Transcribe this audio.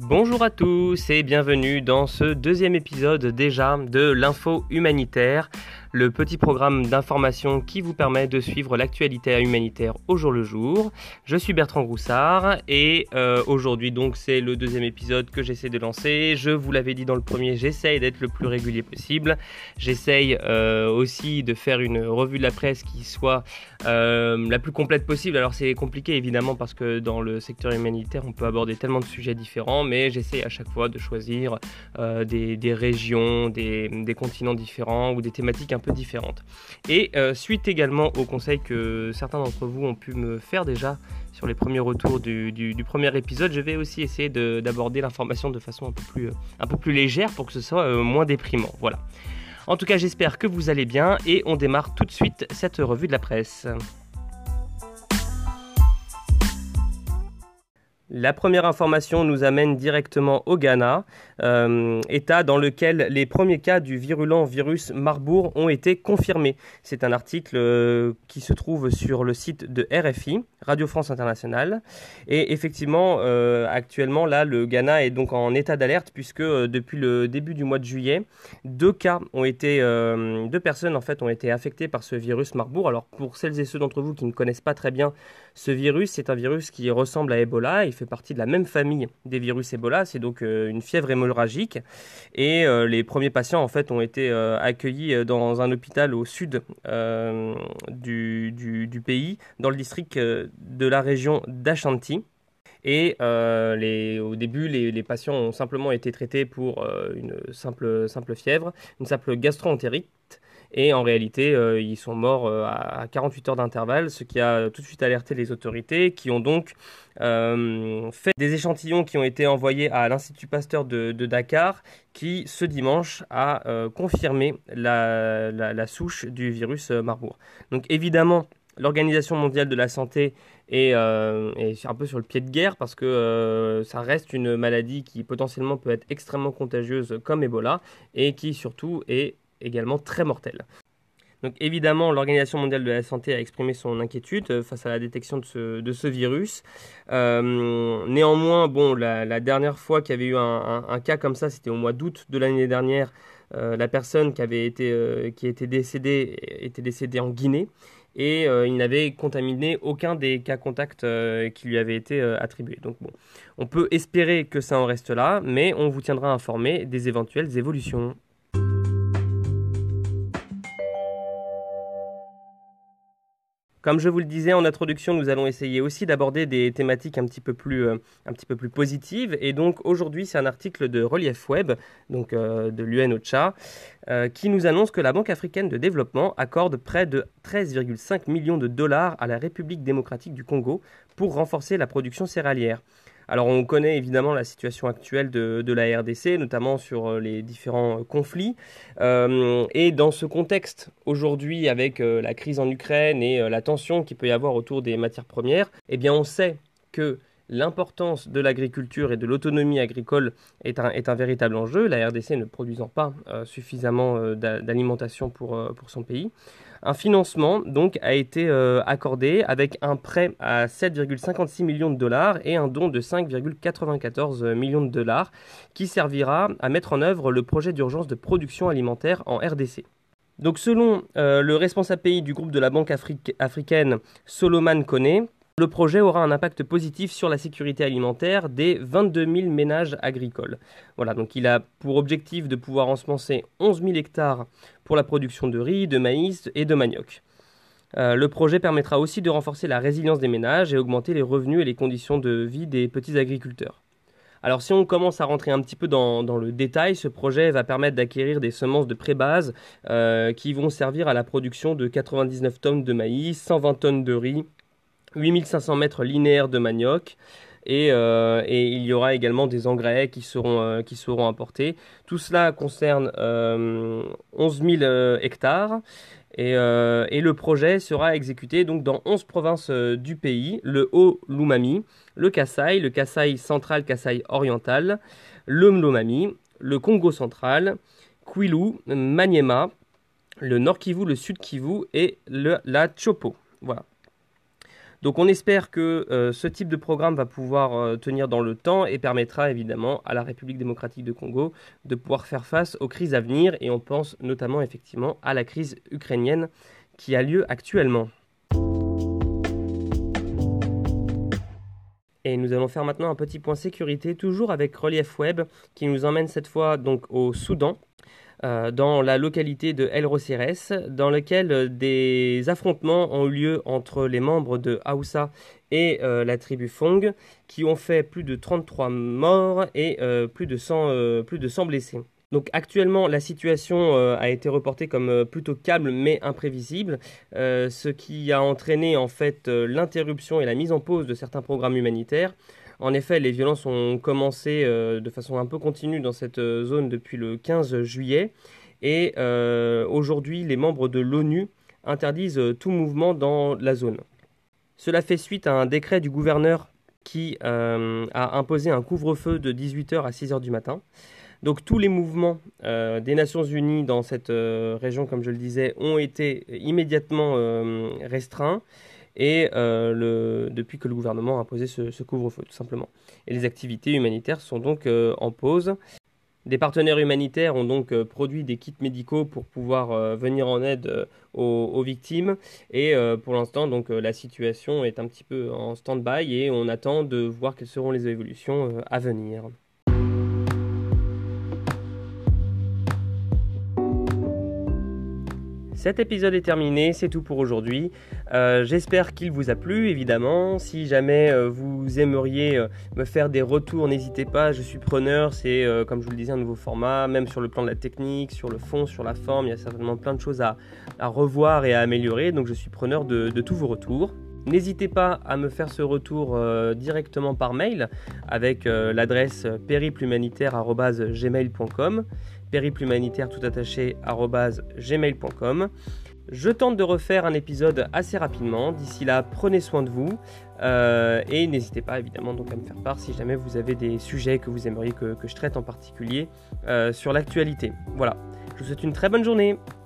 Bonjour à tous et bienvenue dans ce deuxième épisode déjà de l'Info Humanitaire, le petit programme d'information qui vous permet de suivre l'actualité humanitaire au jour le jour. Je suis Bertrand Groussard et aujourd'hui donc c'est le deuxième épisode que j'essaie de lancer. Je vous l'avais dit dans le premier, j'essaye d'être le plus régulier possible. J'essaye aussi de faire une revue de la presse qui soit la plus complète possible. Alors c'est compliqué évidemment parce que dans le secteur humanitaire on peut aborder tellement de sujets différents, mais j'essaie à chaque fois de choisir des régions, des continents différents ou des thématiques un peu différentes. Et suite également aux conseils que certains d'entre vous ont pu me faire déjà sur les premiers retours du premier épisode, je vais aussi essayer d'aborder l'information de façon un peu plus légère pour que ce soit moins déprimant. Voilà. En tout cas, j'espère que vous allez bien et on démarre tout de suite cette revue de la presse. La première information nous amène directement au Ghana, état dans lequel les premiers cas du virulent virus Marburg ont été confirmés. C'est un article qui se trouve sur le site de RFI, Radio France Internationale. Et effectivement, actuellement, là, le Ghana est donc en état d'alerte puisque depuis le début du mois de juillet, deux personnes en fait ont été affectées par ce virus Marburg. Alors pour celles et ceux d'entre vous qui ne connaissent pas très bien ce virus, c'est un virus qui ressemble à Ebola. Il fait partie de la même famille des virus Ebola. C'est donc une fièvre hémorragique. Et les premiers patients en fait ont été accueillis dans un hôpital au sud du pays, dans le district de la région d'Ashanti. Et au début, les patients ont simplement été traités pour une simple fièvre, une simple gastro-entérite. Et en réalité, ils sont morts à 48 heures d'intervalle, ce qui a tout de suite alerté les autorités qui ont donc fait des échantillons qui ont été envoyés à l'Institut Pasteur de Dakar qui, ce dimanche, a confirmé la souche du virus Marburg. Donc évidemment, l'Organisation mondiale de la santé est un peu sur le pied de guerre parce que ça reste une maladie qui potentiellement peut être extrêmement contagieuse comme Ebola et qui surtout est également très mortelle. Donc évidemment, l'Organisation mondiale de la santé a exprimé son inquiétude face à la détection de ce virus. Néanmoins, la dernière fois qu'il y avait eu un cas comme ça, c'était au mois d'août de l'année dernière. La personne qui était décédée était décédée en Guinée et il n'avait contaminé aucun des cas contacts qui lui avaient été attribués. Donc bon, on peut espérer que ça en reste là, mais on vous tiendra informé des éventuelles évolutions. Comme je vous le disais en introduction, nous allons essayer aussi d'aborder des thématiques un petit peu plus positives. Et donc aujourd'hui, c'est un article de Relief Web, donc de l'UNOCHA, qui nous annonce que la Banque africaine de développement accorde près de 13,5 millions de dollars à la République démocratique du Congo pour renforcer la production céréalière. Alors on connaît évidemment la situation actuelle de la RDC, notamment sur les différents conflits. Et dans ce contexte, aujourd'hui, avec la crise en Ukraine et la tension qu'il peut y avoir autour des matières premières, eh bien on sait que l'importance de l'agriculture et de l'autonomie agricole est un véritable enjeu, la RDC ne produisant pas suffisamment d'alimentation pour son pays. Un financement donc a été accordé avec un prêt à 7,56 millions de dollars et un don de 5,94 millions de dollars qui servira à mettre en œuvre le projet d'urgence de production alimentaire en RDC. Donc selon le responsable pays du groupe de la Banque africaine, Solomon Kone, le projet aura un impact positif sur la sécurité alimentaire des 22 000 ménages agricoles. Voilà, donc il a pour objectif de pouvoir ensemencer 11 000 hectares pour la production de riz, de maïs et de manioc. Le projet permettra aussi de renforcer la résilience des ménages et augmenter les revenus et les conditions de vie des petits agriculteurs. Alors si on commence à rentrer un petit peu dans le détail, ce projet va permettre d'acquérir des semences de pré-base qui vont servir à la production de 99 tonnes de maïs, 120 tonnes de riz, 8500 mètres linéaires de manioc et il y aura également des engrais qui seront apportés. Tout cela concerne 11 000 hectares et le projet sera exécuté donc dans 11 provinces du pays, le Haut-Lomami, le Kasaï central, Kasaï oriental, le Lomami, le Congo central, Kwilu, Maniema, le Nord Kivu, le Sud Kivu et la Chopo. Voilà. Donc on espère que ce type de programme va pouvoir tenir dans le temps et permettra évidemment à la République démocratique de Congo de pouvoir faire face aux crises à venir, et on pense notamment effectivement à la crise ukrainienne qui a lieu actuellement. Et nous allons faire maintenant un petit point sécurité, toujours avec Relief Web, qui nous emmène cette fois donc au Soudan, dans la localité de El Roceres, dans lequel des affrontements ont eu lieu entre les membres de Haoussa et la tribu Fong, qui ont fait plus de 33 morts et plus de 100 blessés. Donc actuellement, la situation a été reportée comme plutôt calme mais imprévisible, ce qui a entraîné en fait l'interruption et la mise en pause de certains programmes humanitaires. En effet, les violences ont commencé de façon un peu continue dans cette zone depuis le 15 juillet et aujourd'hui, les membres de l'ONU interdisent tout mouvement dans la zone. Cela fait suite à un décret du gouverneur qui a imposé un couvre-feu de 18h à 6h du matin. Donc tous les mouvements des Nations Unies dans cette région, comme je le disais, ont été immédiatement restreints et depuis que le gouvernement a imposé ce couvre-feu, tout simplement. Et les activités humanitaires sont donc en pause. Des partenaires humanitaires ont donc produit des kits médicaux pour pouvoir venir en aide aux victimes. Et pour l'instant, donc la situation est un petit peu en stand-by et on attend de voir quelles seront les évolutions à venir. Cet épisode est terminé, c'est tout pour aujourd'hui. J'espère qu'il vous a plu, évidemment. Si jamais vous aimeriez me faire des retours, n'hésitez pas, je suis preneur. C'est, comme je vous le disais, un nouveau format, même sur le plan de la technique, sur le fond, sur la forme. Il y a certainement plein de choses à revoir et à améliorer, donc je suis preneur de tous vos retours. N'hésitez pas à me faire ce retour directement par mail avec l'adresse périplehumanitaire@gmail.com, périplehumanitaire tout attaché @gmail.com. Je tente de refaire un épisode assez rapidement. D'ici là, prenez soin de vous et n'hésitez pas évidemment donc à me faire part si jamais vous avez des sujets que vous aimeriez que je traite en particulier sur l'actualité. Voilà, je vous souhaite une très bonne journée.